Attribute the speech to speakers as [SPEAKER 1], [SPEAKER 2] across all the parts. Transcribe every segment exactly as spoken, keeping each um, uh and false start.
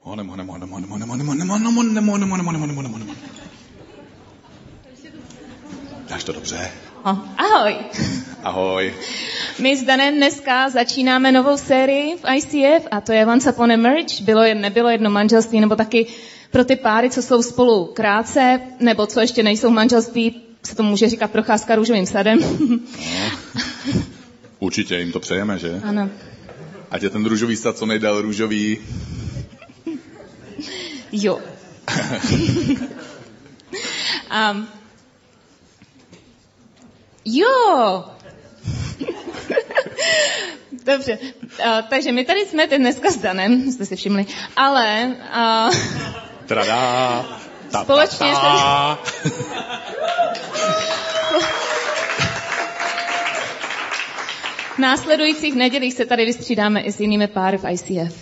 [SPEAKER 1] Honem, honem, honem, honem, honem, honem, honem, honem, honem, honem, honem, honem, honem, honem. Dáš to dobře.
[SPEAKER 2] Ahoj.
[SPEAKER 1] Ahoj.
[SPEAKER 2] My s Danem dneska začínáme novou sérii v I C F a to je Once Upon a Marriage. Bylo, nebylo jedno manželství, nebo taky pro ty páry, co jsou spolu krátce, nebo co ještě nejsou v manželství, se to může říkat procházka růžovým sadem.
[SPEAKER 1] No. Určitě jim to přejeme, že?
[SPEAKER 2] Ano.
[SPEAKER 1] Ať je ten růžový sad co nejdéle růžový.
[SPEAKER 2] Jo. um, jo. Dobře. Uh, takže my tady jsme teď dneska s Danem, jste si všimli, ale... Uh,
[SPEAKER 1] Tradá. Ta,
[SPEAKER 2] společně
[SPEAKER 1] ta, ta.
[SPEAKER 2] Tady... V následujících nedělích se tady vystřídáme i s jinými páry v I C F.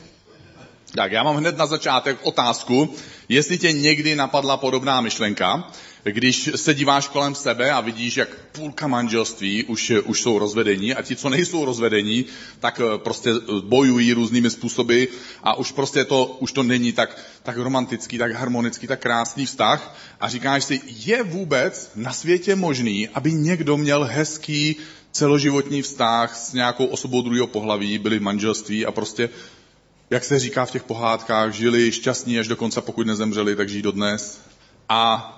[SPEAKER 1] Tak já mám hned na začátek otázku, jestli tě někdy napadla podobná myšlenka, když se díváš kolem sebe a vidíš, jak půlka manželství už, už jsou rozvedení a ti, co nejsou rozvedení, tak prostě bojují různými způsoby a už prostě to, už to není tak, tak romantický, tak harmonický, tak krásný vztah a říkáš si, je vůbec na světě možný, aby někdo měl hezký celoživotní vztah s nějakou osobou druhého pohlaví, byli v manželství a prostě, jak se říká v těch pohádkách, žili šťastní až do konce, pokud nezemřeli, tak žijí dodnes. A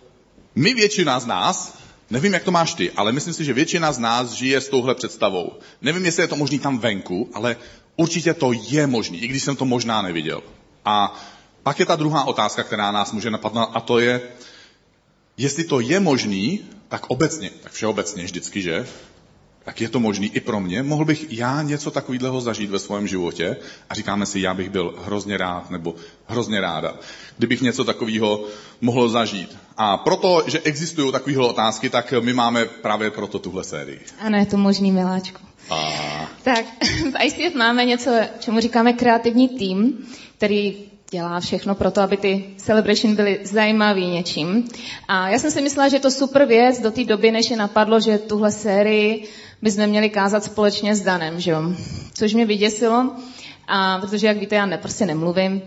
[SPEAKER 1] my většina z nás, nevím, jak to máš ty, ale myslím si, že většina z nás žije s touhle představou. Nevím, jestli je to možný tam venku, ale určitě to je možný, i když jsem to možná neviděl. A pak je ta druhá otázka, která nás může napadnout, a to je, jestli to je možný, tak obecně, tak všeobecně vždycky, že? Tak je to možný i pro mě. Mohl bych já něco takového zažít ve svém životě a říkáme si, já bych byl hrozně rád nebo hrozně ráda, kdybych něco takového mohl zažít. A proto, že existují takovéhle otázky, tak my máme právě proto tuhle sérii.
[SPEAKER 2] Ano, je to možný, miláčku.
[SPEAKER 1] A...
[SPEAKER 2] Tak, v I C F máme něco, čemu říkáme kreativní tým, který dělá všechno pro to, aby ty celebration byly zajímavý něčím. A já jsem si myslela, že je to super věc do té doby, než je napadlo, že tuhle sérii bychom měli kázat společně s Danem, že jo? Což mě vyděsilo, a protože, jak víte, já ne, prostě nemluvím.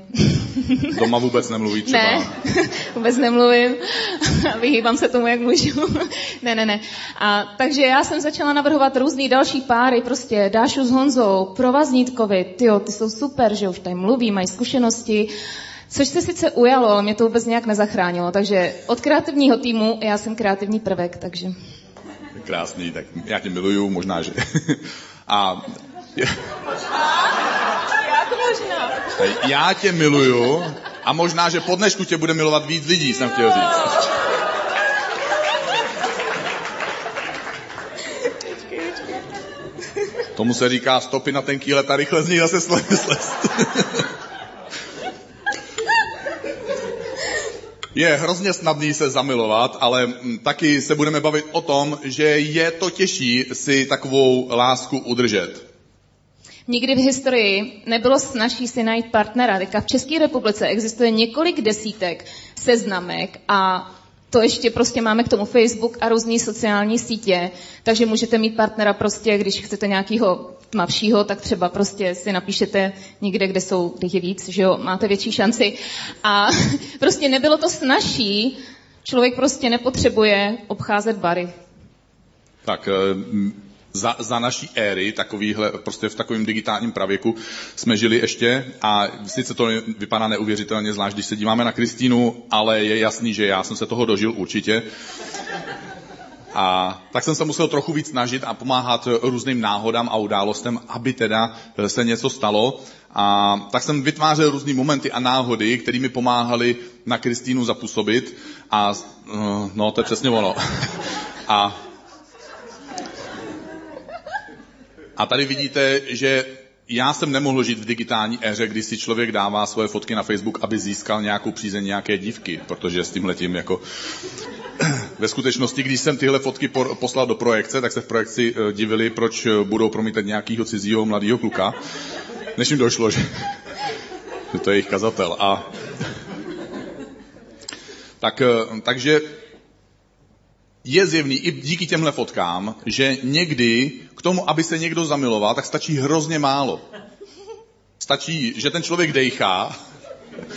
[SPEAKER 1] Doma vůbec nemluví třeba?
[SPEAKER 2] Ne, vůbec nemluvím. Vyhýbám se tomu, jak můžu. ne, ne, ne. A, takže já jsem začala navrhovat různý další páry, prostě Dášu s Honzou, Provazítkovi, tyjo, ty jsou super, že už tady mluví, mají zkušenosti, což se sice ujalo, ale mě to vůbec nějak nezachránilo. Takže od kreativního týmu já jsem kreativní prvek, takže...
[SPEAKER 1] Krásný, tak já tě miluju, možná, že... A...
[SPEAKER 2] Já to možná.
[SPEAKER 1] Já tě miluju a možná, že po dnešku tě bude milovat víc lidí, jsem chtěl říct. Tomu se říká stopy na tenký let a rychle z nich zase slez. Je hrozně snadný se zamilovat, ale taky se budeme bavit o tom, že je to těžší si takovou lásku udržet.
[SPEAKER 2] Nikdy v historii nebylo snazší si najít partnera. Teďka v České republice existuje několik desítek seznamek a to ještě prostě máme k tomu Facebook a různý sociální sítě, takže můžete mít partnera prostě, když chcete nějakého tmavšího, tak třeba prostě si napíšete někde, kde jsou, kde je víc, že jo, máte větší šanci. A prostě nebylo to snazší, člověk prostě nepotřebuje obcházet bary.
[SPEAKER 1] Tak... Za, za naší éry, takovýhle, prostě v takovém digitálním pravěku jsme žili ještě a sice to vypadá neuvěřitelně, zvlášť když se díváme na Kristýnu, ale je jasný, že já jsem se toho dožil určitě. A tak jsem se musel trochu víc snažit a pomáhat různým náhodám a událostem, aby teda se něco stalo. A tak jsem vytvářel různý momenty a náhody, které mi pomáhaly na Kristýnu zapůsobit. A no, to je přesně ono. A A tady vidíte, že já jsem nemohl žít v digitální éře, kdy si člověk dává svoje fotky na Facebook, aby získal nějakou přízeň nějaké dívky, protože s tímhletím jako... Ve skutečnosti, když jsem tyhle fotky poslal do projekce, tak se v projekci divili, proč budou promítat nějakýho cizího mladýho kluka, než jim došlo, že, že to je jejich kazatel. A... Tak, takže... Je zjevný i díky těmhle fotkám, že někdy k tomu, aby se někdo zamiloval, tak stačí hrozně málo. Stačí, že ten člověk dejchá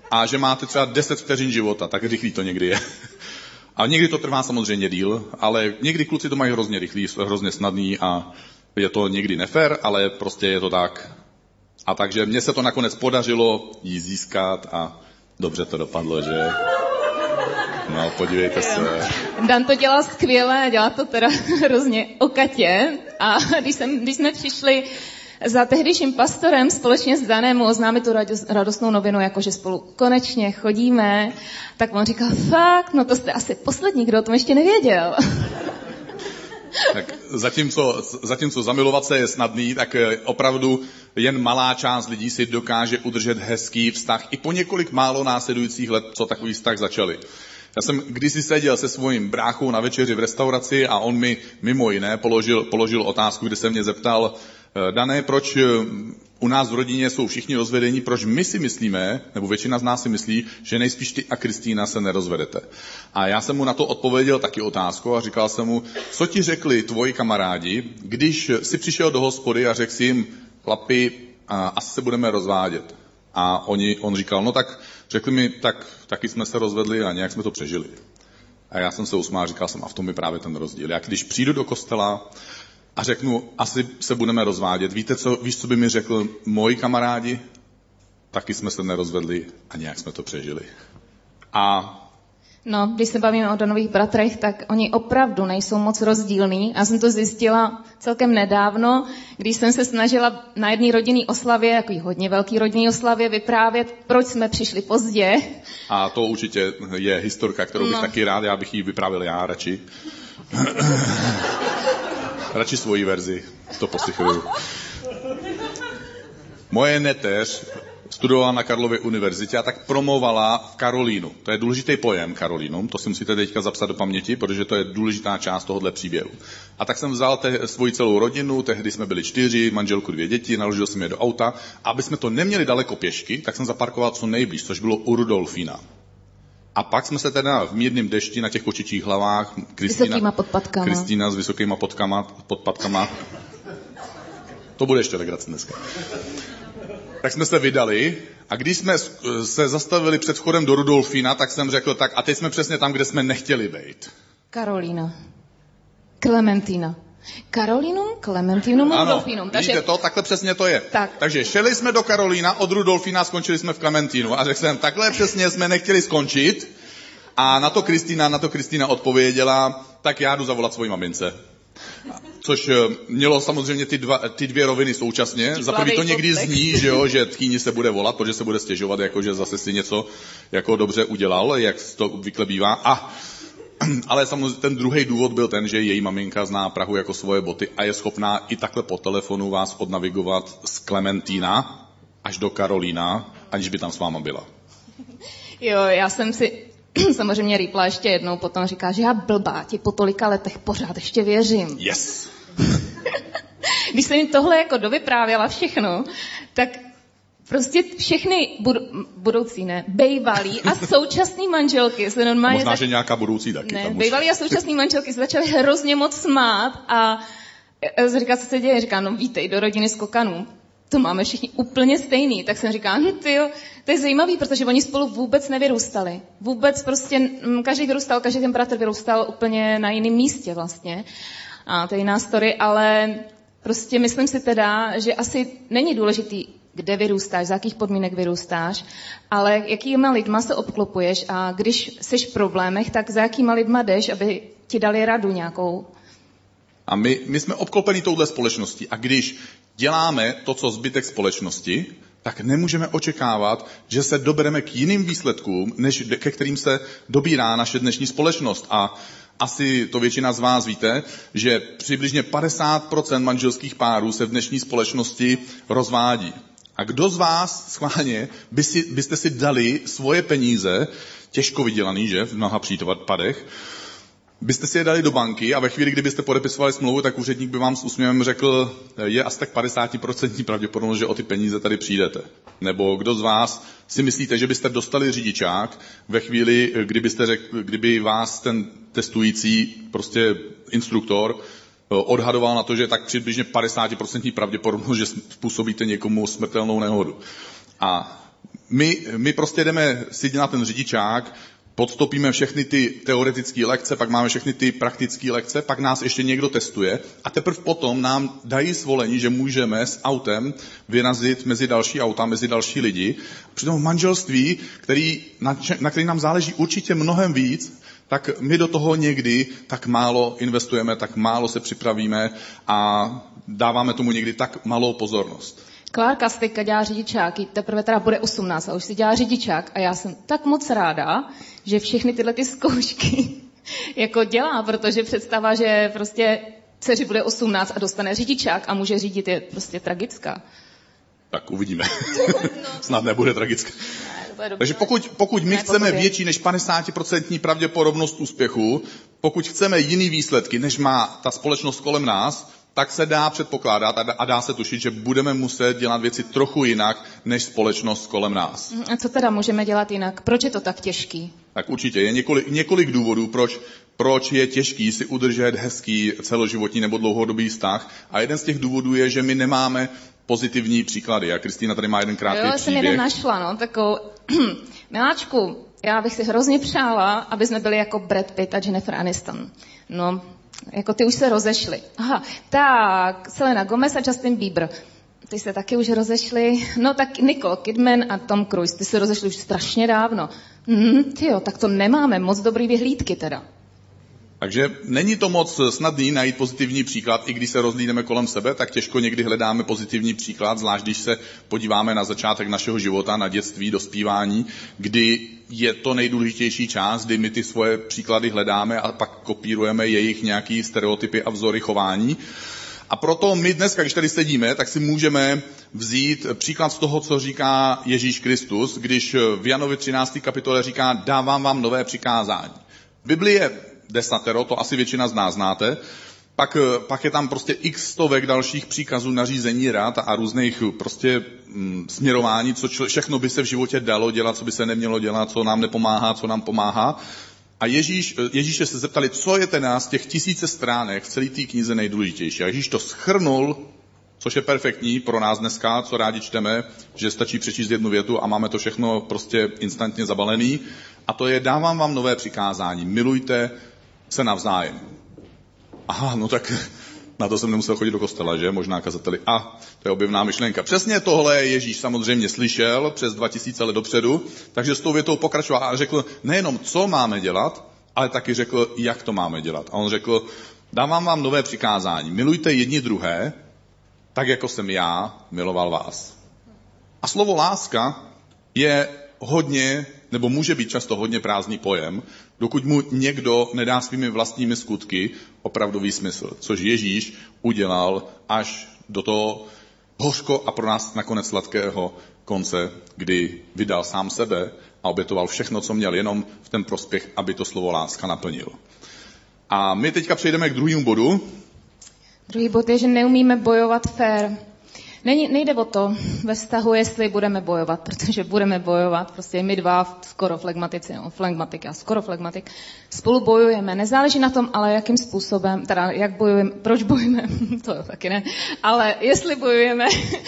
[SPEAKER 1] a že máte třeba deset vteřin života, tak rychlý to někdy je. A někdy to trvá samozřejmě díl, ale někdy kluci to mají hrozně rychlý, hrozně snadný a je to někdy nefér, ale prostě je to tak. A takže mně se to nakonec podařilo jí získat a dobře to dopadlo, že? No, podívejte se.
[SPEAKER 2] Dan to dělal skvěle a dělá to teda hrozně okatě. A když, jsem, když jsme přišli za tehdejším pastorem společně s Danem mu oznámit tu radostnou novinu, jako že spolu konečně chodíme, tak on říkal, fakt, no to jste asi poslední, kdo o tom ještě nevěděl.
[SPEAKER 1] Tak zatímco, zatímco zamilovat se je snadný, tak opravdu jen malá část lidí si dokáže udržet hezký vztah i po několik málo následujících let, co takový vztah začali. Já jsem kdysi seděl se svým bráchou na večeři v restauraci a on mi mimo jiné položil, položil otázku, kde se mě zeptal, Dané, proč u nás v rodině jsou všichni rozvedení, proč my si myslíme, nebo většina z nás si myslí, že nejspíš ty a Kristýna se nerozvedete. A já jsem mu na to odpověděl taky otázku a říkal jsem mu, co ti řekli tvoji kamarádi, když si přišel do hospody a řekl si jim, chlapi, asi se budeme rozvádět. A oni, on říkal, no tak řekli mi, tak taky jsme se rozvedli a nějak jsme to přežili. A já jsem se usmál, říkal jsem, a v tom je právě ten rozdíl. Já když přijdu do kostela a řeknu, asi se budeme rozvádět, víte, co, víš, co by mi řekl moji kamarádi? Taky jsme se nerozvedli a nějak jsme to přežili. A
[SPEAKER 2] no, když se bavíme o Danových bratrech, tak oni opravdu nejsou moc rozdílní. Já jsem to zjistila celkem nedávno, když jsem se snažila na jedné rodinné oslavě, jako hodně velký rodinný oslavě, vyprávět, proč jsme přišli pozdě.
[SPEAKER 1] A to určitě je historka, kterou bych no. taky rád, já bych ji vyprávěl já radši. Radši svoji verzi, to posychruju. Moje neteř studovala na Karlově univerzitě a tak promovala Karolínu. To je důležitý pojem, Karolínu. To si musíte teďka zapsat do paměti, protože to je důležitá část tohohle příběhu. A tak jsem vzal te- svoji celou rodinu, tehdy jsme byli čtyři, manželku, dvě děti, naložil jsem je do auta. Aby jsme to neměli daleko pěšky, tak jsem zaparkoval co nejblíž, což bylo u Rudolfína. A pak jsme se teda v mírném dešti na těch kočičích hlavách, Kristýna, Kristýna s vysokýma podkama, podpatkama. To bude ještě legrace dneska. Tak jsme se vydali a když jsme se zastavili před vchodem do Rudolfína, tak jsem řekl tak a teď jsme přesně tam, kde jsme nechtěli být.
[SPEAKER 2] Karolína. Klementína. Karolínum, Klementinum, Rudolfínum.
[SPEAKER 1] Takže vidíte to, takhle přesně to je.
[SPEAKER 2] Tak.
[SPEAKER 1] Takže šeli jsme do Karolína, od Rudolfína skončili jsme v Klementínu a řekl jsem, takhle přesně jsme nechtěli skončit a na to Kristýna, na to Kristýna odpověděla, tak já jdu zavolat svojí mamince. Což mělo samozřejmě ty, dva, ty dvě roviny současně. Za prvý to někdy zní, že, jo, že tchýni se bude volat, protože se bude stěžovat, jako že zase si něco jako dobře udělal, jak to obvykle bývá. A, ale samozřejmě ten druhý důvod byl ten, že její maminka zná Prahu jako svoje boty a je schopná i takhle po telefonu vás odnavigovat z Klementína až do Karolína, aniž by tam s váma byla.
[SPEAKER 2] Jo, já jsem si samozřejmě rýpla ještě jednou, potom říká, že já blbá, ti po tolika letech pořád ještě věřím.
[SPEAKER 1] Yes!
[SPEAKER 2] Když jsem jim tohle jako dovyprávěla všechno, tak prostě všechny bud- budoucí, ne, bejvalí a současný manželky se normálně...
[SPEAKER 1] Možná, že nějaká budoucí taky.
[SPEAKER 2] Ne, bejvalí a současný manželky se začaly hrozně moc smát a říká, co se děje, říká, no vítej do rodiny skokanů. To máme všichni úplně stejný. Tak jsem říkala, no tyjo, to je zajímavý, protože oni spolu vůbec nevyrůstali. Vůbec prostě, každý vyrůstal, každý ten bratr vyrůstal úplně na jiném místě vlastně. A to je jiná story, ale prostě myslím si teda, že asi není důležitý, kde vyrůstáš, za jakých podmínek vyrůstáš, ale jakýma lidma se obklopuješ a když jsi v problémech, tak za jakýma lidma jdeš, aby ti dali radu nějakou.
[SPEAKER 1] A my, my jsme obklopeni touhle společností a když děláme to, co zbytek společnosti, tak nemůžeme očekávat, že se dobereme k jiným výsledkům, než ke kterým se dobírá naše dnešní společnost. A asi to většina z vás víte, že přibližně padesát procent manželských párů se v dnešní společnosti rozvádí. A kdo z vás schválně by si, byste si dali svoje peníze, těžko vydělaný, že, v mnoha případech, byste si je dali do banky a ve chvíli, kdybyste podepisovali smlouvu, tak úředník by vám s úsměvem řekl, je asi tak padesát procent pravděpodobnost, že o ty peníze tady přijdete. Nebo kdo z vás si myslíte, že byste dostali řidičák ve chvíli, kdybyste řekl, kdyby vás ten testující prostě instruktor odhadoval na to, že tak přibližně padesát procent pravděpodobnost, že způsobíte někomu smrtelnou nehodu. A my, my prostě jdeme si na ten řidičák, podstopíme všechny ty teoretické lekce, pak máme všechny ty praktické lekce, pak nás ještě někdo testuje a teprve potom nám dají svolení, že můžeme s autem vyrazit mezi další auta, mezi další lidi. Přitom v manželství, který, na, na který nám záleží určitě mnohem víc, tak my do toho někdy tak málo investujeme, tak málo se připravíme a dáváme tomu někdy tak malou pozornost.
[SPEAKER 2] Klárka si teďka dělá řidičák, teprve teda bude osmnáct a už si dělá řidičák a já jsem tak moc ráda, že všechny tyhle ty zkoušky jako dělá, protože představa, že prostě dceři bude osmnáct a dostane řidičák a může řídit, je prostě tragická.
[SPEAKER 1] Tak uvidíme. Snad nebude tragická. Takže pokud, pokud my chceme větší než padesát procent pravděpodobnost úspěchu, pokud chceme jiný výsledky, než má ta společnost kolem nás, tak se dá předpokládat a dá se tušit, že budeme muset dělat věci trochu jinak, než společnost kolem nás.
[SPEAKER 2] A co teda můžeme dělat jinak? Proč je to tak těžký?
[SPEAKER 1] Tak určitě je několik, několik důvodů, proč, proč je těžký si udržet hezký celoživotní nebo dlouhodobý vztah. A jeden z těch důvodů je, že my nemáme pozitivní příklady. A Kristýna tady má jeden krátký příběh.
[SPEAKER 2] Jo, jsem jeden našla, no, takovou, miláčku, já bych si hrozně přála, aby jsme byli jako Brad Pitt a Jennifer Aniston. No, jako ty už se rozešli. Aha, tak, Selena Gomez a Justin Bieber. Ty se taky už rozešli. No tak Nicole Kidman a Tom Cruise, ty se rozešli už strašně dávno. Hm, tyjo, tak to nemáme moc dobrý vyhlídky teda.
[SPEAKER 1] Takže není to moc snadný najít pozitivní příklad, i když se rozhlídneme kolem sebe, tak těžko někdy hledáme pozitivní příklad, zvlášť když se podíváme na začátek našeho života, na dětství, dospívání, kdy je to nejdůležitější část, kdy my ty svoje příklady hledáme a pak kopírujeme jejich nějaký stereotypy a vzory chování. A proto my dneska, když tady sedíme, tak si můžeme vzít příklad z toho, co říká Ježíš Kristus, když v Janovi třinácté kapitole říká, dávám vám nové přikázání. Biblie desatero, to asi většina z nás znáte, pak, pak je tam prostě x stovek dalších příkazů, nařízení, rad a různých prostě mm, směrování, co člo, všechno by se v životě dalo dělat, co by se nemělo dělat, co nám nepomáhá, co nám pomáhá. A Ježíš, Ježíše se zeptali, co je teda z těch tisíce stránek v celé té knize nejdůležitější. A Ježíš to shrnul, což je perfektní pro nás dneska, co rádi čteme, že stačí přečíst jednu větu a máme to všechno prostě instantně zabalený. A to je, dávám vám nové přikázání, milujte se navzájem. Aha, no tak na to jsem nemusel chodit do kostela, že? Možná kazateli. A to je objevná myšlenka. Přesně tohle Ježíš samozřejmě slyšel přes dva tisíce let dopředu, takže s tou větou pokračoval a řekl nejenom, co máme dělat, ale taky řekl, jak to máme dělat. A on řekl, dávám vám nové přikázání. Milujte jedni druhé, tak jako jsem já miloval vás. A slovo láska je hodně, nebo může být často hodně prázdný pojem, dokud mu někdo nedá svými vlastními skutky opravdový smysl, což Ježíš udělal až do toho hořko a pro nás nakonec sladkého konce, kdy vydal sám sebe a obětoval všechno, co měl, jenom v ten prospěch, aby to slovo láska naplnil. A my teďka přejdeme k druhému bodu.
[SPEAKER 2] Druhý bod je, že neumíme bojovat fair. Není, nejde o to ve vztahu, jestli budeme bojovat, protože budeme bojovat, prostě my dva skoro flegmatici, no, flegmatik, já skoro flegmatik, spolu bojujeme. Nezáleží na tom, ale jakým způsobem, teda jak bojujeme, proč bojujeme, to jo, taky ne, ale jestli bojujeme,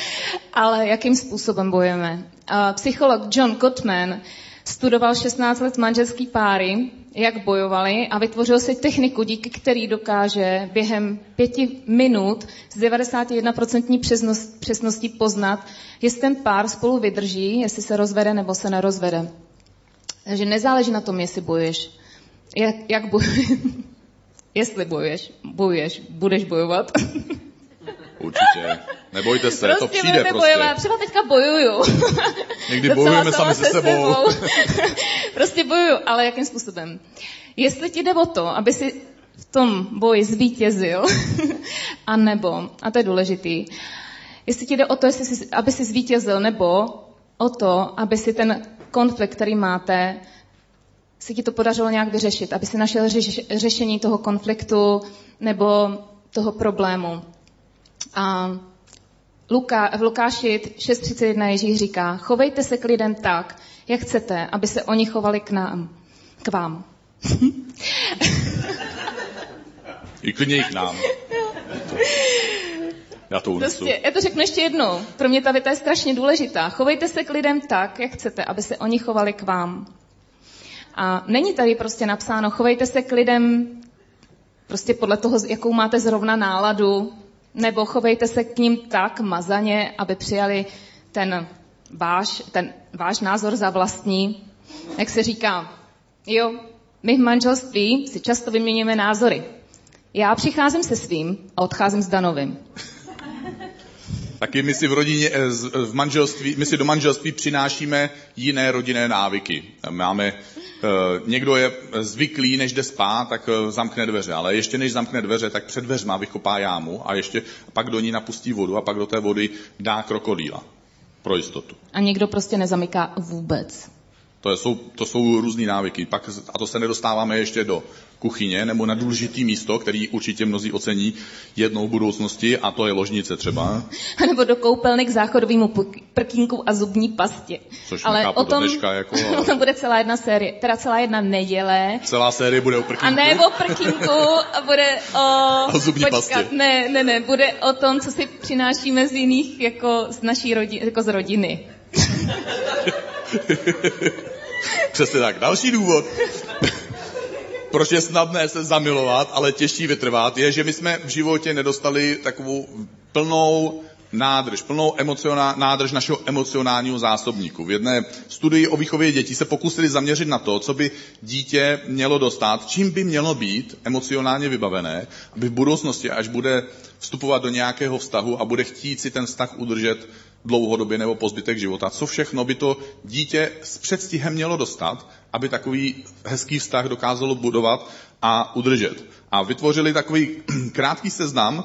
[SPEAKER 2] ale jakým způsobem bojujeme. Psycholog John Gottman studoval šestnáct let manželský páry, jak bojovali a vytvořil si techniku, díky který dokáže během pěti minut s devadesát jedna procent přesností poznat, jestli ten pár spolu vydrží, jestli se rozvede nebo se nerozvede. Takže nezáleží na tom, jestli bojuješ. Jak, jak bojuješ? Jestli bojuješ, bojuješ, budeš bojovat.
[SPEAKER 1] Určitě. Nebojte se, prostě to přijde prostě.
[SPEAKER 2] Bojovat. Třeba teďka bojuju.
[SPEAKER 1] Někdy bojujeme sami se sebou. sebou.
[SPEAKER 2] Prostě bojuju, ale jakým způsobem? Jestli ti jde o to, aby si v tom boji zvítězil, a nebo, a to je důležitý, jestli ti jde o to, jestli si, aby si zvítězil, nebo o to, aby si ten konflikt, který máte, si ti to podařilo nějak vyřešit, aby si našel řeš, řešení toho konfliktu nebo toho problému. A Luka, v Lukáši šest třicet jedna Ježíš říká, chovejte se k lidem tak, jak chcete, aby se oni chovali k nám, k vám.
[SPEAKER 1] I klidně i k nám. Já to unesu.
[SPEAKER 2] Prostě, já to řeknu ještě jednou. Pro mě ta věta je strašně důležitá. Chovejte se k lidem tak, jak chcete, aby se oni chovali k vám. A není tady prostě napsáno, chovejte se k lidem prostě podle toho, jakou máte zrovna náladu, nebo chovejte se k ním tak mazaně, aby přijali ten váš, ten váš názor za vlastní. Jak se říká, jo, my v manželství si často vyměňujeme názory. Já přicházím se svým a odcházím s Danovým.
[SPEAKER 1] Taky my si v rodině, v manželství, my si do manželství přinášíme jiné rodinné návyky. Máme, někdo je zvyklý, než jde spát, tak zamkne dveře, ale ještě než zamkne dveře, tak před dveřma vykopá jámu a ještě pak do ní napustí vodu a pak do té vody dá krokodýla. Pro jistotu.
[SPEAKER 2] A někdo prostě nezamyká vůbec.
[SPEAKER 1] To jsou, to jsou různý návyky. Pak, a to se nedostáváme ještě do kuchyně nebo na důležitý místo, který určitě mnozí ocení jednou v budoucnosti, a to je ložnice třeba.
[SPEAKER 2] A nebo do koupelny k záchodovému prkínku a zubní pastě.
[SPEAKER 1] Což
[SPEAKER 2] ale
[SPEAKER 1] nechápu
[SPEAKER 2] o tom,
[SPEAKER 1] do dneška. Jako, ale...
[SPEAKER 2] o tom bude celá jedna série, teda celá jedna neděle.
[SPEAKER 1] Celá série bude o prkínku.
[SPEAKER 2] A ne o prkínku, a bude o...
[SPEAKER 1] o zubní
[SPEAKER 2] počkat,
[SPEAKER 1] pastě.
[SPEAKER 2] Ne, ne, ne, bude o tom, co si přinášíme z jiných, jako z naší rodiny, jako z rodiny.
[SPEAKER 1] Přesně tak. Další důvod, proč je snadné se zamilovat, ale těžší vytrvat, je, že my jsme v životě nedostali takovou plnou nádrž, plnou emocionál, nádrž našeho emocionálního zásobníku. V jedné studii o výchově dětí se pokusili zaměřit na to, co by dítě mělo dostat, čím by mělo být emocionálně vybavené, aby v budoucnosti, až bude vstupovat do nějakého vztahu a bude chtít si ten vztah udržet dlouhodobě nebo po zbytek života, co všechno by to dítě s předstihem mělo dostat, aby takový hezký vztah dokázalo budovat a udržet. A vytvořili takový krátký seznam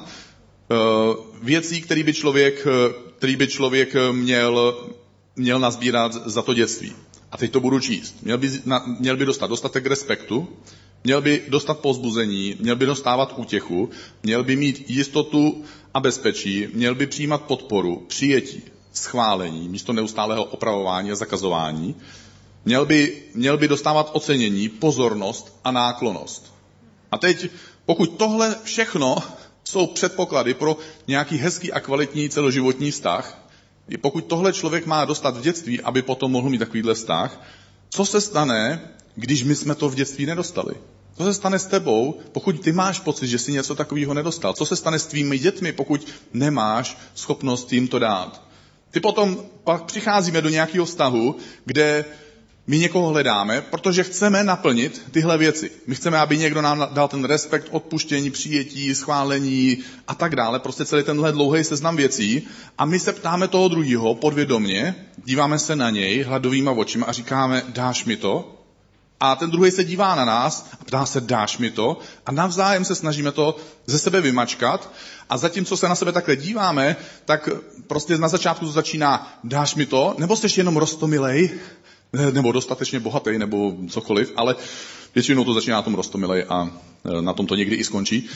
[SPEAKER 1] věcí, který by člověk, který by člověk měl, měl nazbírat za to dětství. A teď to budu číst. Měl by, měl by dostat dostatek respektu, měl by dostat povzbuzení, měl by dostávat útěchu, měl by mít jistotu a bezpečí, měl by přijímat podporu, přijetí, schválení, místo neustálého opravování a zakazování, měl by, měl by dostávat ocenění, pozornost a náklonnost. A teď, pokud tohle všechno jsou předpoklady pro nějaký hezký a kvalitní celoživotní vztah, pokud tohle člověk má dostat v dětství, aby potom mohl mít takovýhle vztah, co se stane, když my jsme to v dětství nedostali? Co se stane s tebou, pokud ty máš pocit, že jsi něco takového nedostal? Co se stane s tvými dětmi, pokud nemáš schopnost jim to dát? Ty potom pak přicházíme do nějakého vztahu, kde my někoho hledáme, protože chceme naplnit tyhle věci. My chceme, aby někdo nám dal ten respekt, odpuštění, přijetí, schválení a tak dále. Prostě celý tenhle dlouhý seznam věcí. A my se ptáme toho druhého podvědomě, díváme se na něj hladovýma očima a říkáme, dáš mi to? A ten druhý se dívá na nás a ptá se, dáš mi to? A navzájem se snažíme to ze sebe vymačkat. A zatímco se na sebe takhle díváme, tak prostě na začátku to začíná, dáš mi to? Nebo jsi jenom roztomilej? Nebo dostatečně bohatý, nebo cokoliv, ale většinou to začíná na tom roztomilej a na tom to někdy i skončí.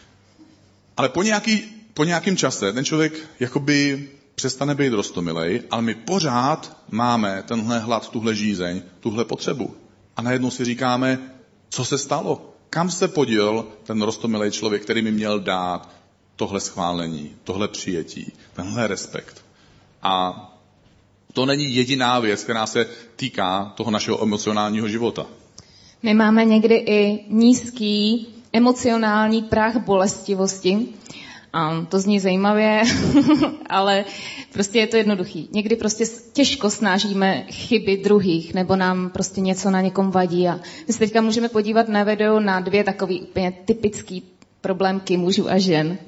[SPEAKER 1] Ale po, nějaký, po nějakém čase ten člověk jakoby přestane být roztomilej, ale my pořád máme tenhle hlad, tuhle žízeň, tuhle potřebu. A najednou si říkáme, co se stalo? Kam se poděl ten roztomilej člověk, který mi měl dát tohle schválení, tohle přijetí, tenhle respekt? A to není jediná věc, která se týká toho našeho emocionálního života.
[SPEAKER 2] My máme někdy i nízký emocionální prah bolestivosti. A to zní zajímavě, ale prostě je to jednoduchý. Někdy prostě těžko snážíme chyby druhých, nebo nám prostě něco na někom vadí. A my se teďka můžeme podívat na video na dvě takový úplně typický problémky mužů a žen.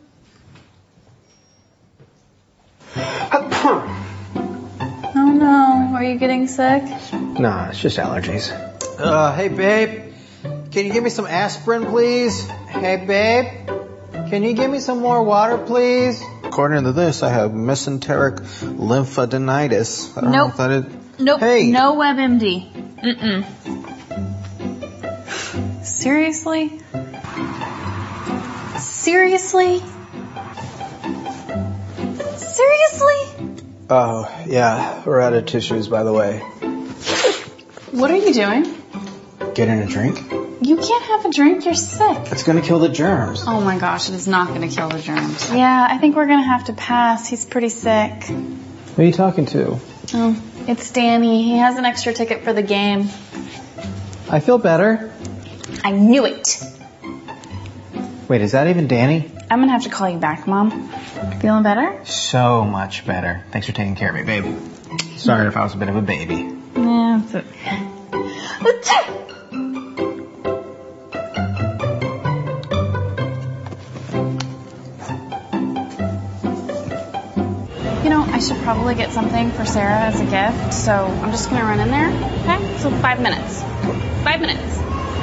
[SPEAKER 3] Oh no, are you getting sick?
[SPEAKER 4] Nah, it's just allergies.
[SPEAKER 5] Uh, hey babe, can you give me some aspirin please? Hey babe, can you give me some more water please? According to this, I have mesenteric lymphadenitis. I don't
[SPEAKER 3] nope.
[SPEAKER 5] know if that is...
[SPEAKER 3] Nope,
[SPEAKER 5] hey.
[SPEAKER 3] no WebMD. Mm-mm. Seriously? Seriously? Seriously?
[SPEAKER 4] Oh, yeah, we're out of tissues, by the way.
[SPEAKER 3] What are you doing?
[SPEAKER 4] Getting a drink?
[SPEAKER 3] You can't have a drink, you're sick.
[SPEAKER 5] It's gonna kill the germs.
[SPEAKER 3] Oh my gosh, it is not gonna kill the germs. Yeah, I think we're gonna have to pass. He's pretty sick.
[SPEAKER 4] Who are you talking to?
[SPEAKER 3] Oh, it's Danny. He has an extra ticket for the game.
[SPEAKER 4] I feel better.
[SPEAKER 3] I knew it.
[SPEAKER 4] Wait, is that even Danny?
[SPEAKER 3] I'm gonna have to call you back, Mom. Feeling better?
[SPEAKER 4] So much better. Thanks for taking care of me, babe. Sorry if I was a bit of a baby.
[SPEAKER 3] Yeah, it's okay. You know, I should probably get something for Sarah as a gift, so I'm just gonna run in there, okay? So five minutes. Five minutes.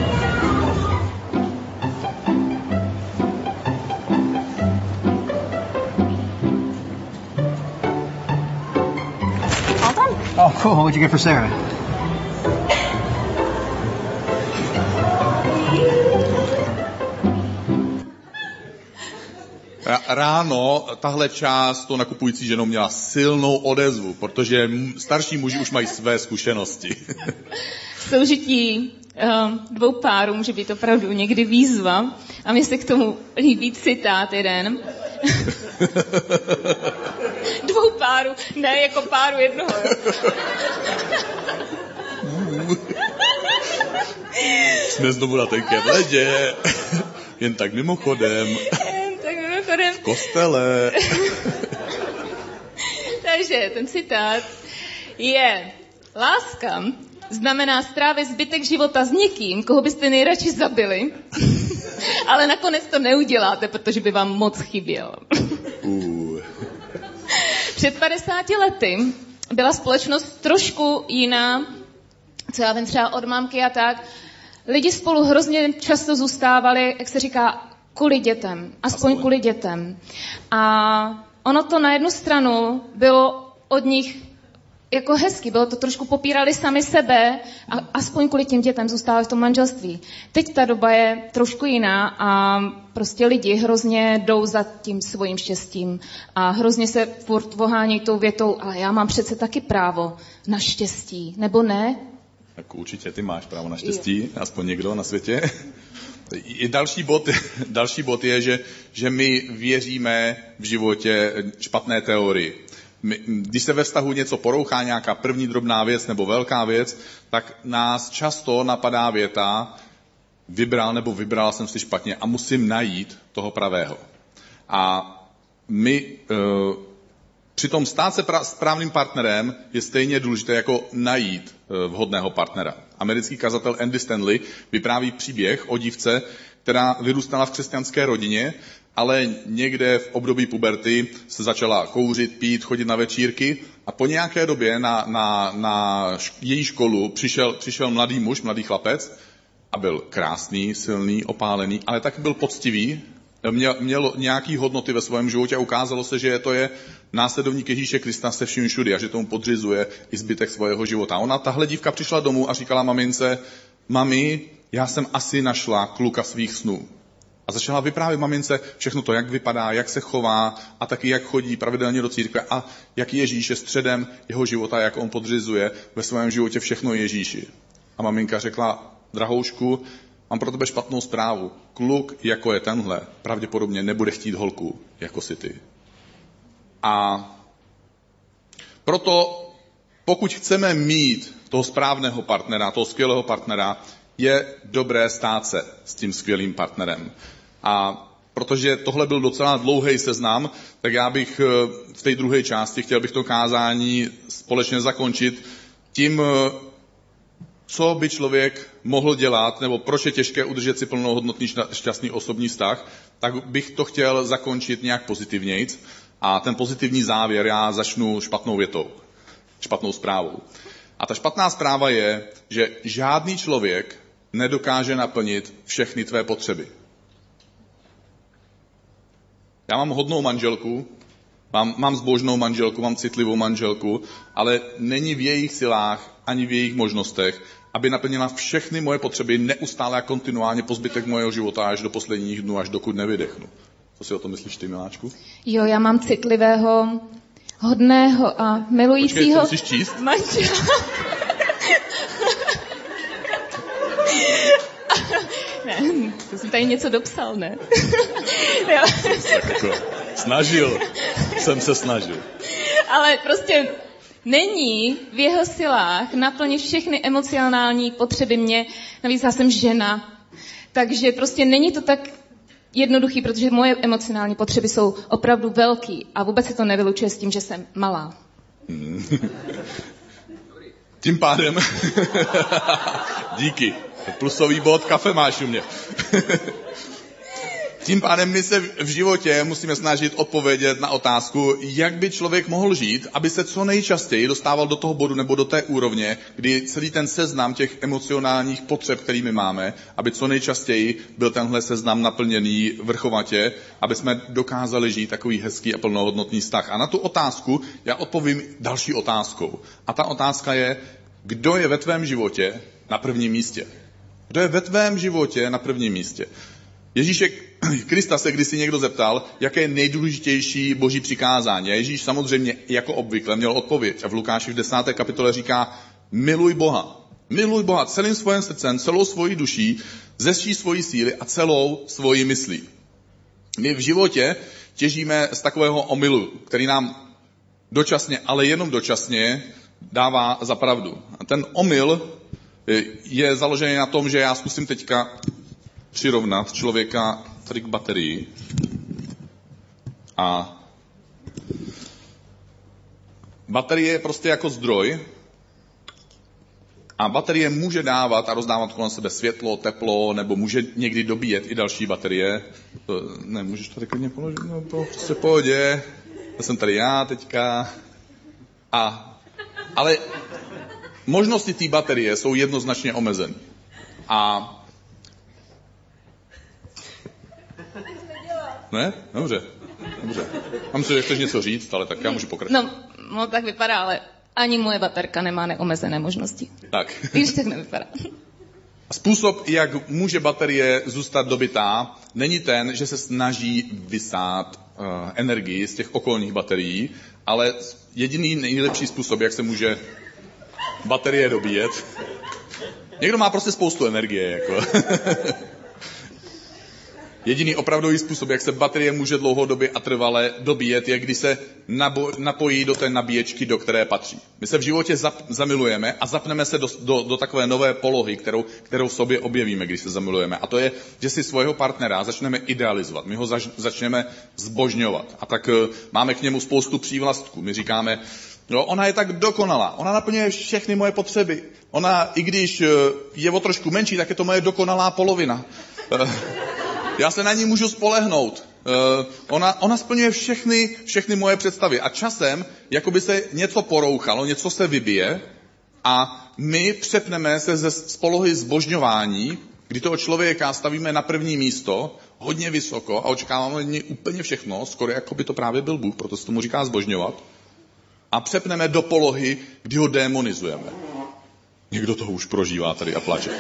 [SPEAKER 3] All done.
[SPEAKER 4] Oh, cool. What'd you get for Sarah?
[SPEAKER 1] Ráno tahle část to nakupující ženou měla silnou odezvu, protože starší muži už mají své zkušenosti.
[SPEAKER 2] Soužití uh, dvou párů může být opravdu někdy výzva a mně se k tomu líbí citát jeden. Dvou párů, ne jako páru jednoho. Jo?
[SPEAKER 1] Jsme znovu na tenkém ledě, jen tak mimochodem.
[SPEAKER 2] Jen tak mimochodem.
[SPEAKER 1] V kostele.
[SPEAKER 2] Takže ten citát je: láska znamená strávit zbytek života s někým, koho byste nejradši zabili, ale nakonec to neuděláte, protože by vám moc chyběl.
[SPEAKER 1] Uh.
[SPEAKER 2] Před padesáti lety byla společnost trošku jiná, co já vím třeba od mamky a tak. Lidi spolu hrozně často zůstávali, jak se říká, kvůli dětem. Aspoň kvůli dětem. A ono to na jednu stranu bylo od nich jako hezky, bylo to trošku popírali sami sebe a aspoň kvůli těm dětem zůstávali v tom manželství. Teď ta doba je trošku jiná a prostě lidi hrozně jdou za tím svým štěstím a hrozně se furt vohánějí tou větou, ale já mám přece taky právo na štěstí, nebo ne?
[SPEAKER 1] Tak určitě ty máš právo na štěstí, aspoň někdo na světě. I další bod, další bod je, že, že my věříme v životě špatné teorii. My, když se ve vztahu něco porouchá, nějaká první drobná věc nebo velká věc, tak nás často napadá věta, vybral nebo vybrala jsem si špatně a musím najít toho pravého. A my e, přitom stát se pra, správným partnerem je stejně důležité jako najít e, vhodného partnera. Americký kazatel Andy Stanley vypráví příběh o dívce, která vyrůstala v křesťanské rodině, ale někde v období puberty se začala kouřit, pít, chodit na večírky a po nějaké době na, na, na její školu přišel, přišel mladý muž, mladý chlapec a byl krásný, silný, opálený, ale taky byl poctivý, měl, měl nějaký hodnoty ve svém životě a ukázalo se, že to je následovník Ježíše Krista se vším všudy a že tomu podřizuje i zbytek svého života. Ona, tahle dívka přišla domů a říkala mamince, mami, já jsem asi našla kluka svých snů. A začala vyprávět mamince všechno to, jak vypadá, jak se chová a taky jak chodí pravidelně do církve a jak Ježíš je středem jeho života, jak on podřizuje ve svém životě všechno Ježíši. A maminka řekla, drahoušku, mám pro tebe špatnou zprávu. Kluk, jako je tenhle, pravděpodobně nebude chtít holku, jako si ty. A proto, pokud chceme mít toho správného partnera, toho skvělého partnera, je dobré stát se s tím skvělým partnerem. A protože tohle byl docela dlouhý seznam, tak já bych v té druhé části chtěl bych to kázání společně zakončit tím, co by člověk mohl dělat, nebo proč je těžké udržet si plnohodnotný šťastný osobní vztah, tak bych to chtěl zakončit nějak pozitivnějc. A ten pozitivní závěr já začnu špatnou větou, špatnou zprávou. A ta špatná zpráva je, že žádný člověk nedokáže naplnit všechny tvé potřeby. Já mám hodnou manželku, mám, mám zbožnou manželku, mám citlivou manželku, ale není v jejich silách ani v jejich možnostech, aby naplnila všechny moje potřeby neustále a kontinuálně po zbytek mojeho života až do posledních dnů, až dokud nevydechnu. Co si o tom myslíš ty, miláčku?
[SPEAKER 2] Jo, já mám citlivého, hodného a milujícího manžela. jsem tady něco dopsal, ne?
[SPEAKER 1] Tak jako snažil, jsem se snažil.
[SPEAKER 2] Ale prostě není v jeho silách naplnit všechny emocionální potřeby mě. Navíc já jsem žena, takže prostě není to tak jednoduchý, protože moje emocionální potřeby jsou opravdu velký a vůbec se to nevylučuje s tím, že jsem malá.
[SPEAKER 1] Hmm. Tím pádem... Díky. Plusový bod, kafe máš u mě. Tím pádem my se v životě musíme snažit odpovědět na otázku, jak by člověk mohl žít, aby se co nejčastěji dostával do toho bodu nebo do té úrovně, kdy celý ten seznam těch emocionálních potřeb, kterými máme, aby co nejčastěji byl tenhle seznam naplněný vrchovatě, aby jsme dokázali žít takový hezký a plnohodnotný vztah. A na tu otázku já odpovím další otázkou. A ta otázka je, kdo je ve tvém životě na prvním místě? Kdo je ve tvém životě na prvním místě? Ježíše Krista se kdysi někdo zeptal, jaké je nejdůležitější boží přikázání. A Ježíš samozřejmě jako obvykle měl odpověď. A v Lukáši v desáté kapitole říká, miluj Boha. Miluj Boha celým svým srdcem, celou svojí duší, ze vší svojí síly a celou svojí myslí. My v životě těžíme z takového omylu, který nám dočasně, ale jenom dočasně dává za pravdu. A ten omyl je založený na tom, že já zkusím teďka přirovnat člověka tady k baterii. A baterie je prostě jako zdroj a baterie může dávat a rozdávat kolem sebe světlo, teplo, nebo může někdy dobíjet i další baterie. Ne, můžeš tady klidně položit? No, to prostě pohodě. To jsem tady já teďka. A, ale možnosti té baterie jsou jednoznačně omezené. A ne? Dobře. Dobře. Mám si, že chceš něco říct, ale tak já můžu pokračovat.
[SPEAKER 2] No, no tak vypadá, ale ani moje baterka nemá neomezené možnosti.
[SPEAKER 1] Tak.
[SPEAKER 2] Víš, tak nevypadá.
[SPEAKER 1] Způsob, jak může baterie zůstat dobytá, není ten, že se snaží vysát uh, energii z těch okolních baterií, ale jediný nejlepší způsob, jak se může baterie dobíjet. Někdo má prostě spoustu energie, jako. Jediný opravdový způsob, jak se baterie může dlouhodobě a trvale dobíjet, je, když se nabo- napojí do té nabíječky, do které patří. My se v životě zap- zamilujeme a zapneme se do, do, do takové nové polohy, kterou, kterou v sobě objevíme, když se zamilujeme. A to je, že si svého partnera začneme idealizovat. My ho zač- začneme zbožňovat. A tak uh, máme k němu spoustu přívlastků. My říkáme, no, ona je tak dokonalá, ona naplňuje všechny moje potřeby. Ona, i když uh, je o trošku menší, tak je to moje dokonalá polovina. Uh, Já se na ní můžu spolehnout. Uh, ona, ona splňuje všechny, všechny moje představy. A časem, jako by se něco porouchalo, něco se vybije a my přepneme se ze spolohy zbožňování, kdy toho člověka stavíme na první místo, hodně vysoko a očekáváme od něj úplně všechno, skoro jako by to právě byl Bůh, proto se tomu říká zbožňovat. A přepneme do polohy, kdy ho démonizujeme. Někdo toho už prožívá tady a plače.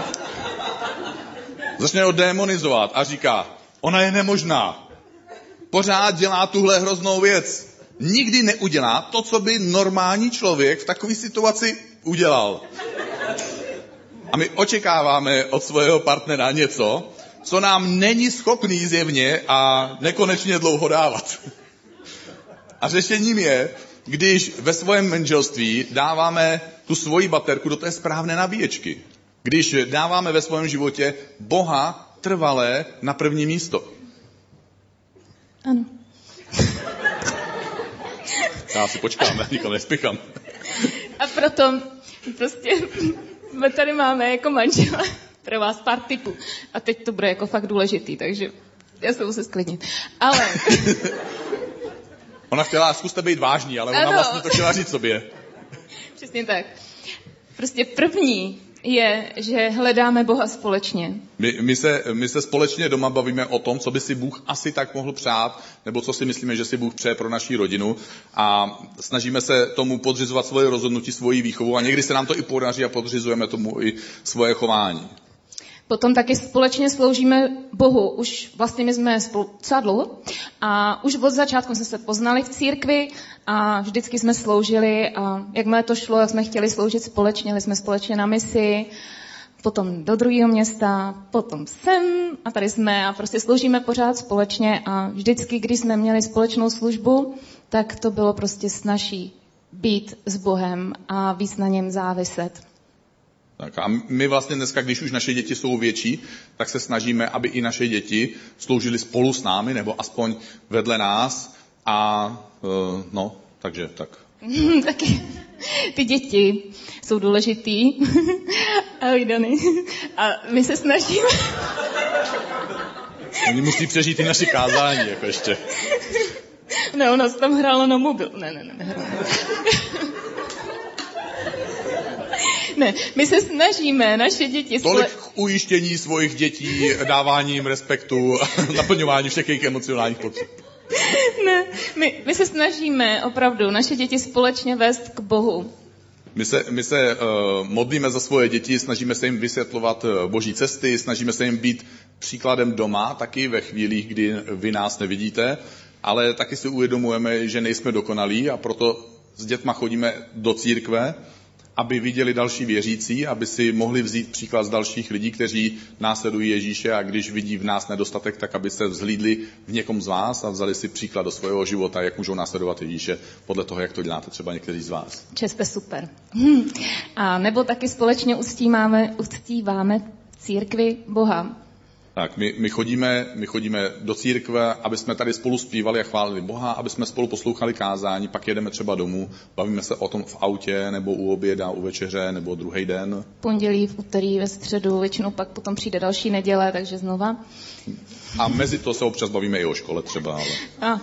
[SPEAKER 1] Začne ho démonizovat a říká, ona je nemožná. Pořád dělá tuhle hroznou věc. Nikdy neudělá to, co by normální člověk v takové situaci udělal. A my očekáváme od svého partnera něco, co nám není schopný zjevně a nekonečně dlouho dávat. A řešením je, když ve svém manželství dáváme tu svoji baterku do té správné nabíječky. Když dáváme ve svém životě Boha trvalé na první místo.
[SPEAKER 2] Ano.
[SPEAKER 1] Já si počkám, já nikam nespěchám.
[SPEAKER 2] A proto prostě my tady máme jako manžela pro vás pár tipů. A teď to bude jako fakt důležitý, takže já se musím sklidnit. Ale...
[SPEAKER 1] Ona chtěla, zkuste být vážní, ale ona
[SPEAKER 2] ano.
[SPEAKER 1] vlastně to chtěla říct sobě.
[SPEAKER 2] Přesně tak. Prostě první je, že hledáme Boha společně.
[SPEAKER 1] My, my, se, my se společně doma bavíme o tom, co by si Bůh asi tak mohl přát, nebo co si myslíme, že si Bůh přeje pro naši rodinu a snažíme se tomu podřizovat svoje rozhodnutí, svoji výchovu a někdy se nám to i podaří a podřizujeme tomu i svoje chování.
[SPEAKER 2] Potom taky společně sloužíme Bohu. Už vlastně my jsme spolu docela dlouho a už od začátku jsme se poznali v církvi a vždycky jsme sloužili a jakmile to šlo, jak jsme chtěli sloužit společně, jsme společně na misi, potom do druhého města, potom sem a tady jsme a prostě sloužíme pořád společně a vždycky, když jsme měli společnou službu, tak to bylo prostě snazší být s Bohem a víc na něm záviset.
[SPEAKER 1] Tak a my vlastně dneska, když už naše děti jsou větší, tak se snažíme, aby i naše děti sloužily spolu s námi, nebo aspoň vedle nás. A no, takže tak.
[SPEAKER 2] Taky ty děti jsou důležitý. Ahoj, Dany. A my se snažíme.
[SPEAKER 1] Oni musí přežít i naše kázání, jako ještě.
[SPEAKER 2] Ne, ona se tam hrála na mobil. Ne, ne, ne, nehrála. Ne, my se snažíme, naše děti...
[SPEAKER 1] Tolik k ujištění svých dětí, dáváním respektu, naplňování všech jejich emocionálních potřeb.
[SPEAKER 2] Ne, my, my se snažíme opravdu naše děti společně vést k Bohu.
[SPEAKER 1] My se, my se uh, modlíme za svoje děti, snažíme se jim vysvětlovat uh, boží cesty, snažíme se jim být příkladem doma, taky ve chvílích, kdy vy nás nevidíte, ale taky si uvědomujeme, že nejsme dokonalí a proto s dětma chodíme do církve, aby viděli další věřící, aby si mohli vzít příklad z dalších lidí, kteří následují Ježíše a když vidí v nás nedostatek, tak aby se vzhlídli v někom z vás a vzali si příklad do svého života, jak můžou následovat Ježíše podle toho, jak to děláte třeba někteří z vás.
[SPEAKER 2] Česte super. A nebo taky společně uctíváme, uctíváme církvi Boha.
[SPEAKER 1] Tak, my, my, chodíme, my chodíme do církve, aby jsme tady spolu zpívali a chválili Boha, aby jsme spolu poslouchali kázání, pak jedeme třeba domů, bavíme se o tom v autě, nebo u oběda, u večeře, nebo druhý den.
[SPEAKER 2] Pondělí, v úterý, ve středu, většinou pak potom přijde další neděle, takže znova.
[SPEAKER 1] A mezi to se občas bavíme i o škole třeba. Ale...
[SPEAKER 2] A.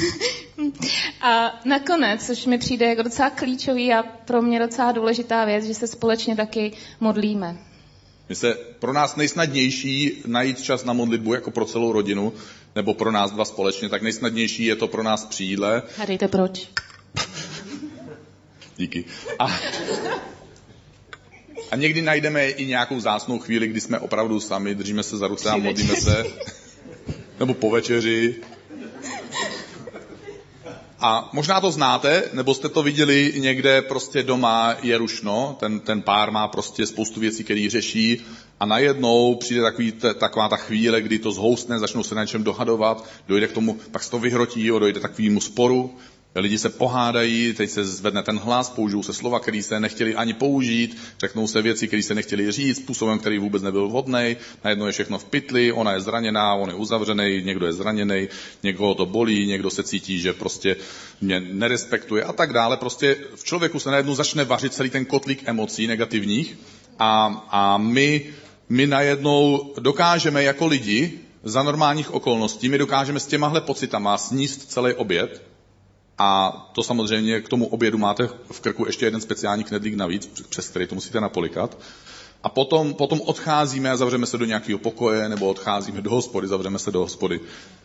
[SPEAKER 2] a nakonec, což mi přijde jako docela klíčový a pro mě docela důležitá věc, že se společně taky modlíme.
[SPEAKER 1] My se pro nás nejsnadnější najít čas na modlitbu jako pro celou rodinu, nebo pro nás dva společně, tak nejsnadnější je to pro nás při jídle.
[SPEAKER 2] Hádejte proč.
[SPEAKER 1] Díky. A, a někdy najdeme i nějakou vzácnou chvíli, kdy jsme opravdu sami, držíme se za ruce a modlíme se. Nebo po večeři. A možná to znáte, nebo jste to viděli někde prostě doma je rušno, ten, ten pár má prostě spoustu věcí, které řeší a najednou přijde takový, t, taková ta chvíle, kdy to zhoustne, začnou se na něčem dohadovat, dojde k tomu, pak se to vyhrotí, jo, dojde k takovému sporu, lidi se pohádají, teď se zvedne ten hlas, použijou se slova, které se nechtěli ani použít, řeknou se věci, které se nechtěli říct, způsobem, který vůbec nebyl vhodný, najednou je všechno v pytli, ona je zraněná, on je uzavřený, někdo je zraněný, někoho to bolí, někdo se cítí, že prostě mě nerespektuje a tak dále. Prostě v člověku se najednou začne vařit celý ten kotlík emocí negativních a, a my, my najednou dokážeme jako lidi za normálních okolností, my dokážeme s těmahle pocitama sníst celý oběd. A to samozřejmě k tomu obědu máte v krku ještě jeden speciální knedlík navíc, přes který to musíte napolikat. A potom, potom odcházíme a zavřeme se do nějakého pokoje, nebo odcházíme do hospody, zavřeme se do hospody.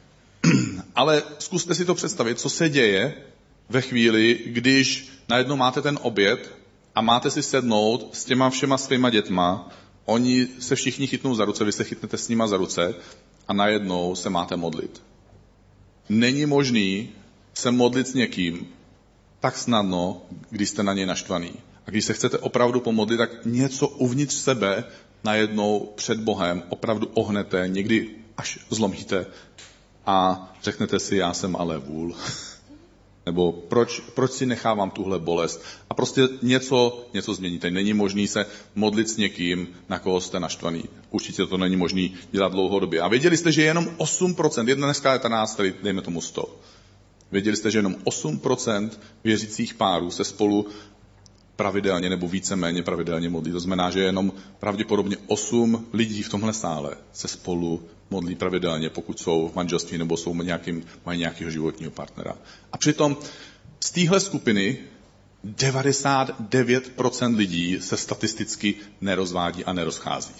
[SPEAKER 1] Ale zkuste si to představit, co se děje ve chvíli, když najednou máte ten oběd a máte si sednout s těma všema svýma dětma, oni se všichni chytnou za ruce, vy se chytnete s nima za ruce a najednou se máte modlit. Není možný se modlit s někým tak snadno, když jste na něj naštvaný. A když se chcete opravdu pomodlit, tak něco uvnitř sebe najednou před Bohem opravdu ohnete, někdy až zlomíte a řeknete si, já jsem ale vůl. Nebo proč, proč si nechávám tuhle bolest? A prostě něco, něco změníte. Není možný se modlit s někým, na koho jste naštvaný. Určitě to není možný dělat dlouhodobě. A věděli jste, že jenom osm procent, jedna dneska je ta nás, tady dejme tomu sto. Věděli jste, že jenom osm procent věřících párů se spolu pravidelně nebo víceméně pravidelně modlí. To znamená, že jenom pravděpodobně osm lidí v tomhle sále se spolu modlí pravidelně, pokud jsou v manželství nebo jsou nějakým, mají nějakého životního partnera. A přitom z téhle skupiny devadesát devět procent lidí se statisticky nerozvádí a nerozchází.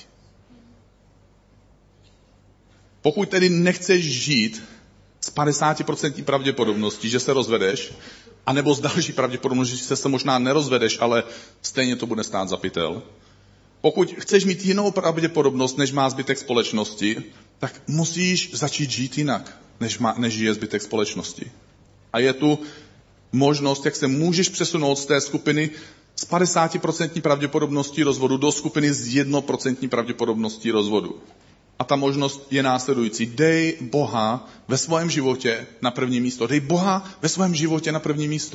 [SPEAKER 1] Pokud tedy nechceš žít s padesát procent pravděpodobností, že se rozvedeš, anebo s další pravděpodobností, že se možná nerozvedeš, ale stejně to bude stát za pytel. Pokud chceš mít jinou pravděpodobnost, než má zbytek společnosti, tak musíš začít žít jinak, než, má, než žije zbytek společnosti. A je tu možnost, jak se můžeš přesunout z té skupiny z padesát procent pravděpodobností rozvodu do skupiny s jedna procenta pravděpodobností rozvodu. A ta možnost je následující. Dej Boha ve svém životě na první místo. Dej Boha ve svém životě na první místo.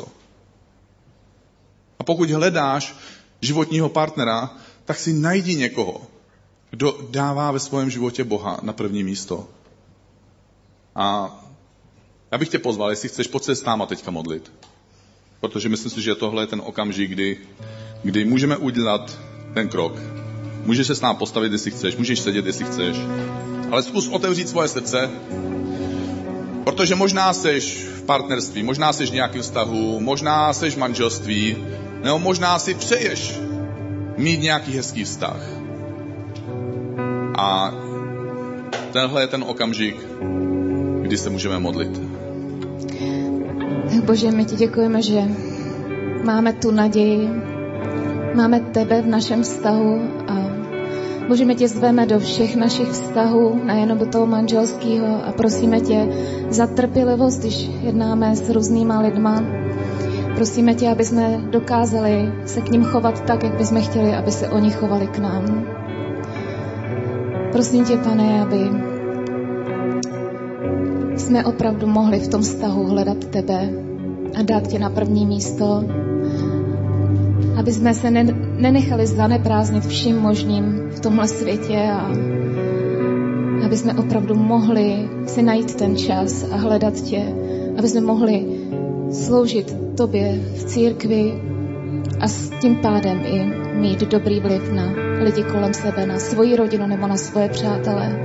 [SPEAKER 1] A pokud hledáš životního partnera, tak si najdi někoho, kdo dává ve svém životě Boha na první místo. A já bych tě pozval, jestli chceš, pojď se s náma teďka modlit. Protože myslím si, že tohle je ten okamžik, kdy, kdy můžeme udělat ten krok. Můžeš se s námi postavit, jestli chceš, můžeš sedět, jestli chceš. Ale zkus otevřít svoje srdce, protože možná seš v partnerství, možná seš v nějakém vztahu, možná seš v manželství, nebo možná si přeješ mít nějaký hezký vztah. A tenhle je ten okamžik, kdy se můžeme modlit.
[SPEAKER 2] Tak Bože, my ti děkujeme, že máme tu naději, máme tebe v našem vztahu a Bože, my tě zveme do všech našich vztahů, nejenom do toho manželského a prosíme tě za trpělivost, když jednáme s různýma lidma. Prosíme tě, aby jsme dokázali se k ním chovat tak, jak bychom chtěli, aby se oni chovali k nám. Prosím tě, Pane, aby jsme opravdu mohli v tom vztahu hledat tebe a dát tě na první místo, aby jsme se nenechali zaneprázdnit vším možným v tomhle světě a aby jsme opravdu mohli si najít ten čas a hledat tě, aby jsme mohli sloužit tobě v církvi a s tím pádem i mít dobrý vliv na lidi kolem sebe, na svoji rodinu nebo na svoje přátele.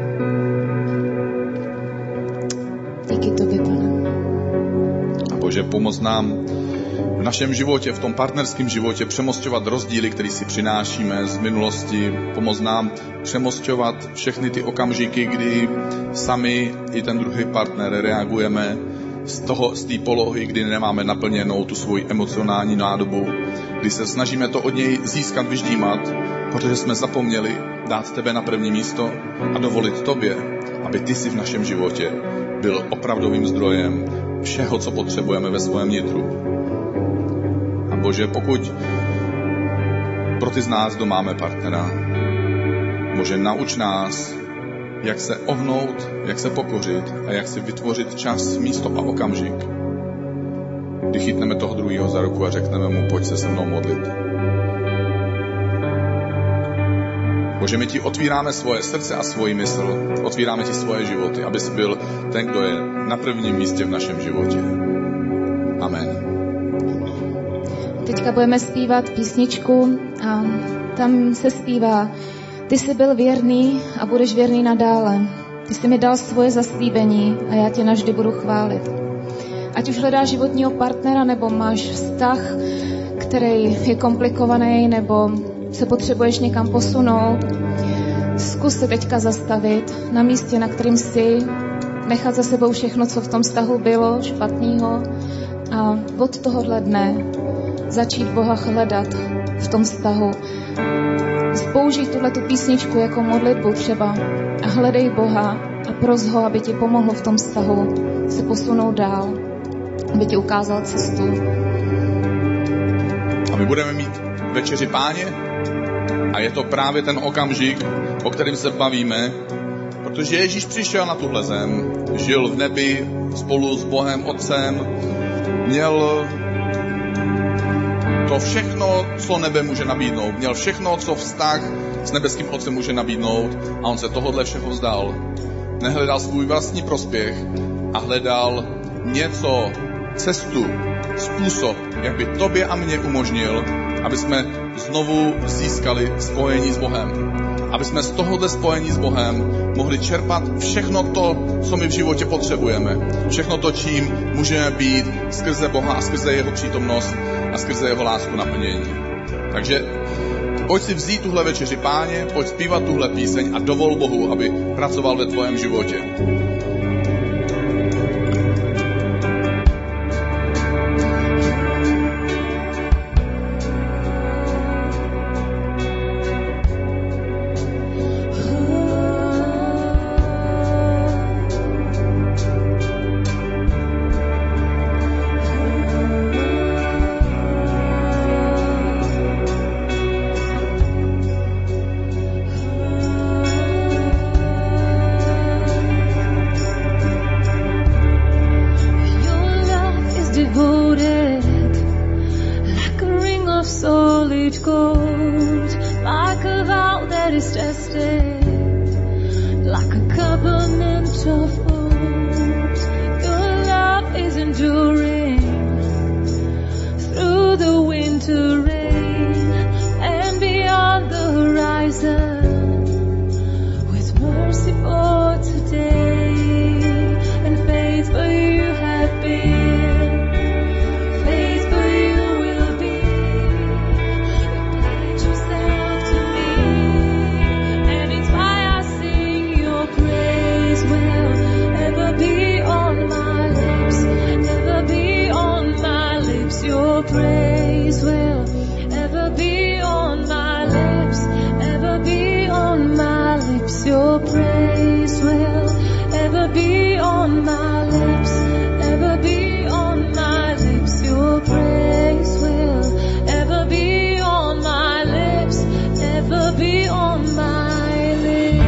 [SPEAKER 2] Díky tobě, Pane.
[SPEAKER 1] A Bože, pomoz nám v našem životě, v tom partnerském životě přemosťovat rozdíly, které si přinášíme z minulosti. Pomoz nám přemosťovat všechny ty okamžiky, kdy sami i ten druhý partner reagujeme z toho, z té polohy, kdy nemáme naplněnou tu svoji emocionální nádobu, kdy se snažíme to od něj získat, vyždímat, protože jsme zapomněli dát tebe na první místo a dovolit tobě, aby ty si v našem životě byl opravdovým zdrojem všeho, co potřebujeme ve svém nitru. A Bože, pokud pro ty z nás, kdo máme partnera, Bože, nauč nás, jak se ohnout, jak se pokořit a jak si vytvořit čas, místo a okamžik, kdy chytneme toho druhého za ruku a řekneme mu, pojď se se mnou modlit. Bože, my ti otvíráme svoje srdce a svoji mysl, otvíráme ti svoje životy, abys byl ten, kdo je na prvním místě v našem životě. Amen.
[SPEAKER 2] Teďka budeme zpívat písničku a tam se zpívá: Ty jsi byl věrný a budeš věrný nadále. Ty jsi mi dal svoje zaslíbení a já tě navždy budu chválit. Ať už hledáš životního partnera, nebo máš vztah, který je komplikovaný, nebo se potřebuješ někam posunout, zkus se teďka zastavit na místě, na kterým jsi, nechat za sebou všechno, co v tom vztahu bylo špatného a od tohohle dne začít Boha hledat v tom vztahu. Použij tuhletu písničku jako modlitbu třeba a hledej Boha a pros ho, aby ti pomohl v tom vztahu se posunout dál, aby ti ukázal cestu.
[SPEAKER 1] A my budeme mít večeři Páně a je to právě ten okamžik, o kterém se bavíme, protože Ježíš přišel na tuhle zem, žil v nebi spolu s Bohem Otcem, měl to všechno, co nebe může nabídnout. Měl všechno, co vztah s nebeským Otcem může nabídnout a on se tohodle všeho vzdal. Nehledal svůj vlastní prospěch a hledal něco, cestu, způsob, jak by tobě a mně umožnil, aby jsme znovu získali spojení s Bohem. Aby jsme z tohohle spojení s Bohem mohli čerpat všechno to, co my v životě potřebujeme. Všechno to, čím můžeme být skrze Boha a skrze jeho přítomnost a skrze jeho lásku naplnění. Takže pojď si vzít tuhle večeři Páně, pojď zpívat tuhle píseň a dovol Bohu, aby pracoval ve tvém životě.
[SPEAKER 6] that is tested like a covenant of old. Your love is enduring through the winter rain and beyond the horizon, with mercy for today and faithful you have been, faithful you will be. You pledge yourself to me, and it's why I sing your praise will ever be on my lips, ever be on my lips. Your praise will ever be on my lips, ever be on my lips. Your praise will ever be on my lips, ever be on my lips. Your praise will ever be on my lips, ever be on my lips.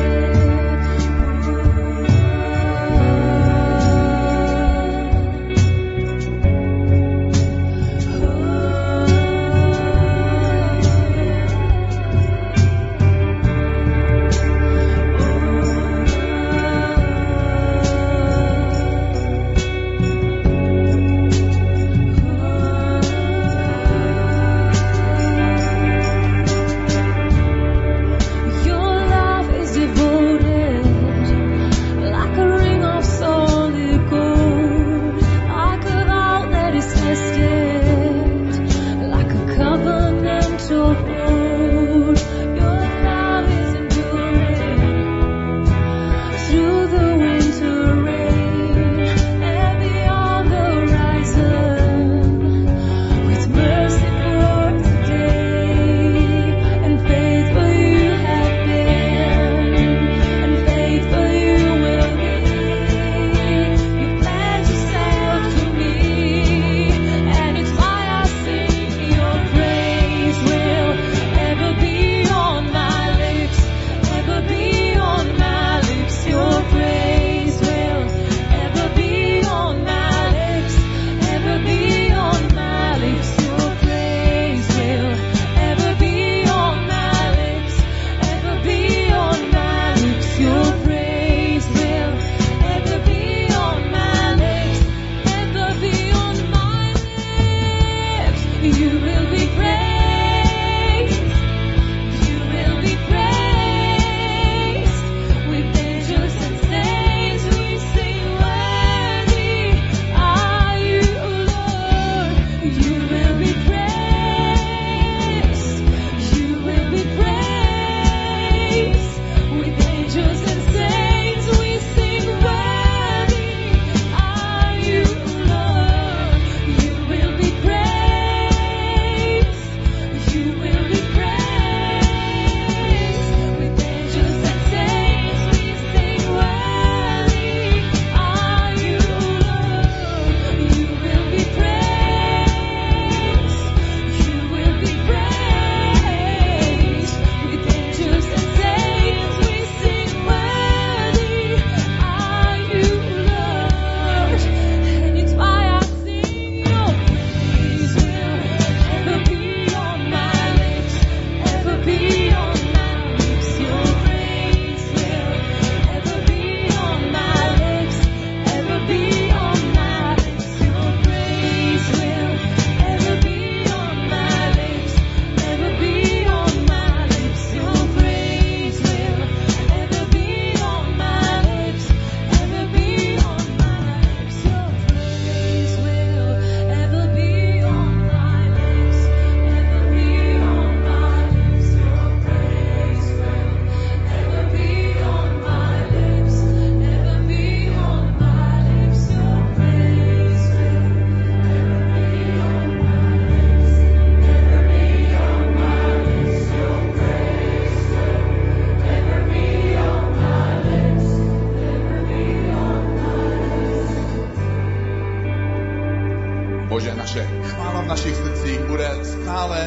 [SPEAKER 1] naše chvála v našich srdcích bude stále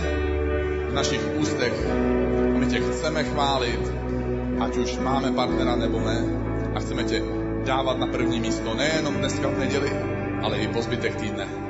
[SPEAKER 1] v našich ústech. A my tě chceme chválit, ať už máme partnera nebo ne. A chceme tě dávat na první místo nejenom dneska v neděli, ale i po zbytek týdne.